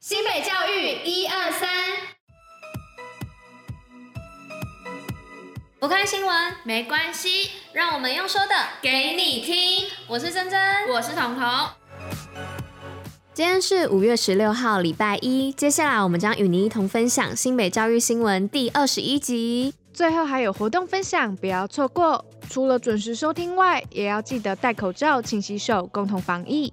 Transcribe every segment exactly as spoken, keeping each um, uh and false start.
新北教育一二三，不看新闻没关系，让我们用说的给你听。我是珍珍，我是彤彤。今天是五月十六号，礼拜一。接下来我们将与您一同分享新北教育新闻第二十一集。 最后还有活动分享，不要错过。除了准时收听外，也要记得戴口罩、勤洗手，共同防疫。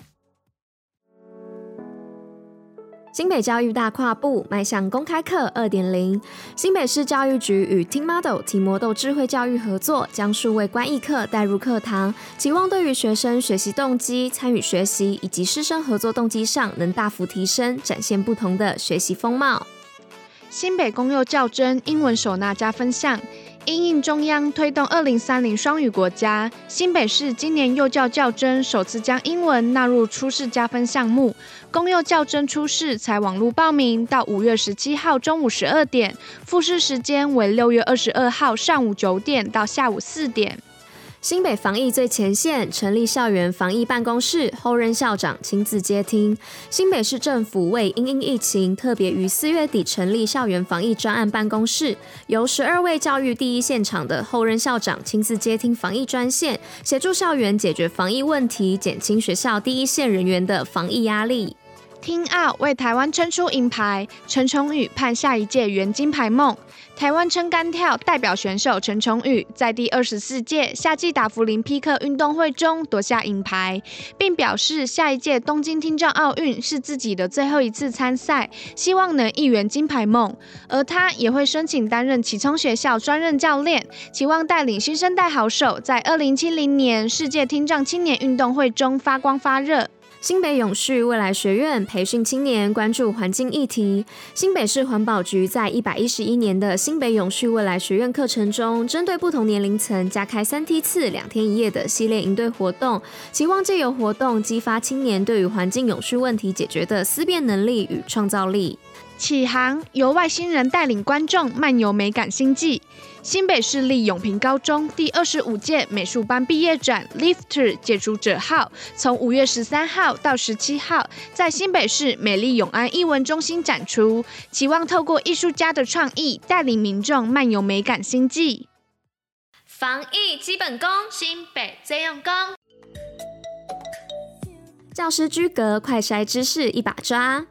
新北教育大跨步，迈向公开课 二点零。新北市教育局与 Team Model 提魔豆智慧教育合作，将数位观益课带入课堂，期望对于学生学习动机、参与学习以及师生合作动机上能大幅提升，展现不同的学习风貌。 新北公幼教甄英文手拿加分项。因应中央推动二零三零双语国家，新北市今年幼教教甄首次将英文纳入初试加分项目。公幼教甄初试采网络报名，到五月十七号中午十二点，复试时间为六月二十二号上午九点到下午四点。 新北防疫最前线，成立校园防疫办公室，后任校长亲自接听。新北市政府为因应疫情，特别于四月底成立校园防疫专案办公室，由十二位教育第一现场的后任校长亲自接听防疫专线，协助校园解决防疫问题，减轻学校第一线人员的防疫压力。 听奥为台湾撑出银牌，陈崇宇盼下一届圆金牌梦。台湾撑杆跳代表选手陈崇宇在第二十四届夏季打福林匹克运动会中夺下银牌，并表示下一届东京听障奥运是自己的最后一次参赛，希望能一圆金牌梦。而他也会申请担任启聪学校专任教练，期望带领新生代好手在二零七零年世界听障青年运动会中发光发热。 新北永续未来学院培训青年关注环境议题。新北市环保局在一百一十一年的新北永续未来学院课程中，针对不同年龄层加开三梯次两天一夜的系列营队活动，期望借由活动激发青年对于环境永续问题解决的思辨能力与创造力。 启航由外星人带领观众漫游美感星际。新北市立永平高中第二十五届美术班毕业展 Lifter 解除者号，从五月十三号到十七号，在新北市美丽永安艺文中心展出，期望透过艺术家的创意，带领民众漫游美感星际。 防疫基本功， 新北最用功。 教师居隔，快筛知识一把抓。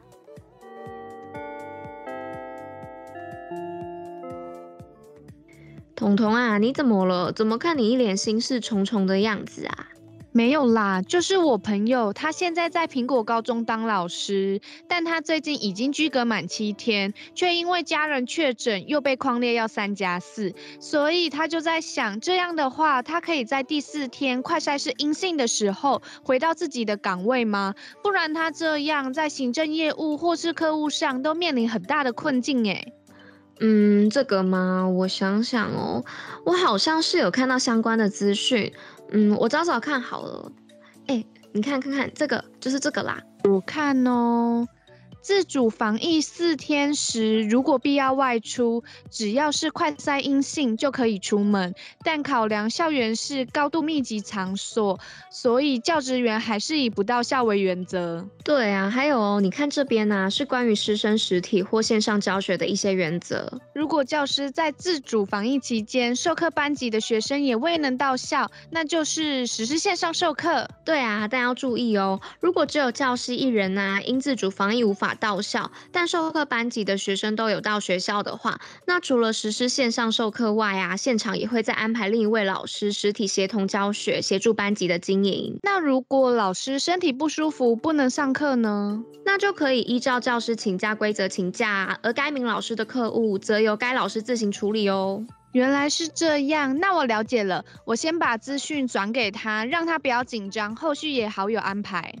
彤彤啊，你怎么了？怎么看你一脸心事重重的样子啊？ 没有啦，就是我朋友，他现在在苹果高中当老师，但他最近已经居隔满七天，却因为家人确诊又被匡列要三加四，所以他就在想，这样的话，他可以在第四天快筛是阴性的时候回到自己的岗位吗？不然他这样在行政业务或是客户上都面临很大的困境耶。 嗯，这个吗？我想想哦，我好像是有看到相关的资讯。嗯，我找找看好了。哎，你看看看，这个就是这个啦。 我看哦。自主防疫四天时，如果必要外出，只要是快筛阴性就可以出门。但考量校园是高度密集场所，所以教职员还是以不到校为原则。 对啊，还有哦，你看这边啊，是关于师生实体或线上教学的一些原则。 如果教师在自主防疫期间，授课班级的学生也未能到校，那就是实施线上授课。 对啊，但要注意哦，如果只有教师一人啊，因自主防疫无法到校，但授课班级的学生都有到学校的话，那除了实施线上授课外啊，现场也会再安排另一位老师实体协同教学，协助班级的经营。 那如果老师身体不舒服不能上课呢？ 那就可以依照教师请假规则请假，而该名老师的课务则由该老师自行处理哦。 原来是这样，那我了解了，我先把资讯转给他，让他不要紧张，后续也好有安排。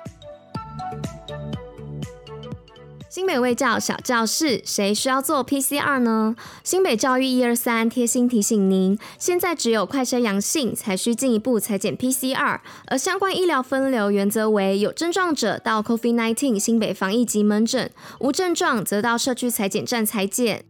新北卫教小教室，谁需要做 P C R 呢？新北教育一二三贴心提醒您，现在只有快筛阳性才需进一步采检 P C R， 而相关医疗分流原则为有症状者到 COVID 十九 新北防疫急门诊，无症状则到社区采检站采检。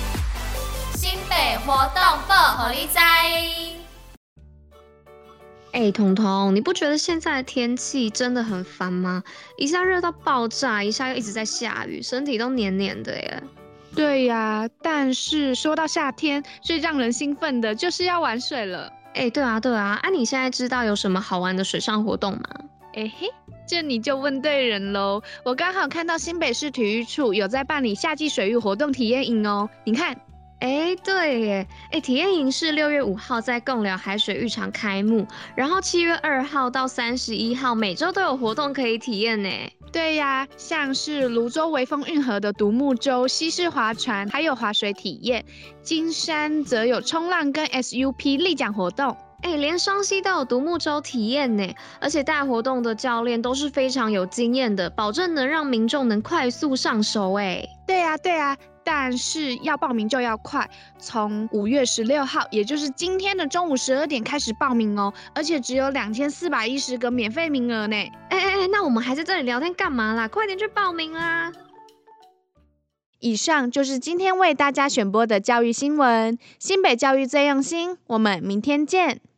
新北活动报互你知。 哎，彤彤，你不觉得现在的天气真的很烦吗？一下热到爆炸，一下又一直在下雨，身体都黏黏的耶。 对呀，但是说到夏天，最让人兴奋的就是要玩水了。 哎，对啊，对啊，啊，你现在知道有什么好玩的水上活动吗？ 哎嘿，这你就问对人喽！我刚好看到新北市体育处有在办理夏季水域活动体验营哦，你看。 哎，对耶，哎，体验营是六月五号在贡寮海水浴场开幕，然后七月二号到三十一号每周都有活动可以体验呢。 对呀，像是泸州微风运河的独木舟、西式划船，还有滑水体验；金山则有冲浪跟 S U P 立桨活动。 哎，连双溪都有独木舟体验呢，而且带活动的教练都是非常有经验的，保证能让民众能快速上手。哎， 对呀，对呀。但是要报名就要快，从五月十六号，也就是今天的中午十二点开始报名哦，而且只有两千四百一十个免费名额呢。 哎哎哎，那我们还在这里聊天干嘛啦？快点去报名啦！ 以上就是今天为大家选播的教育新闻，新北教育最用心，我们明天见。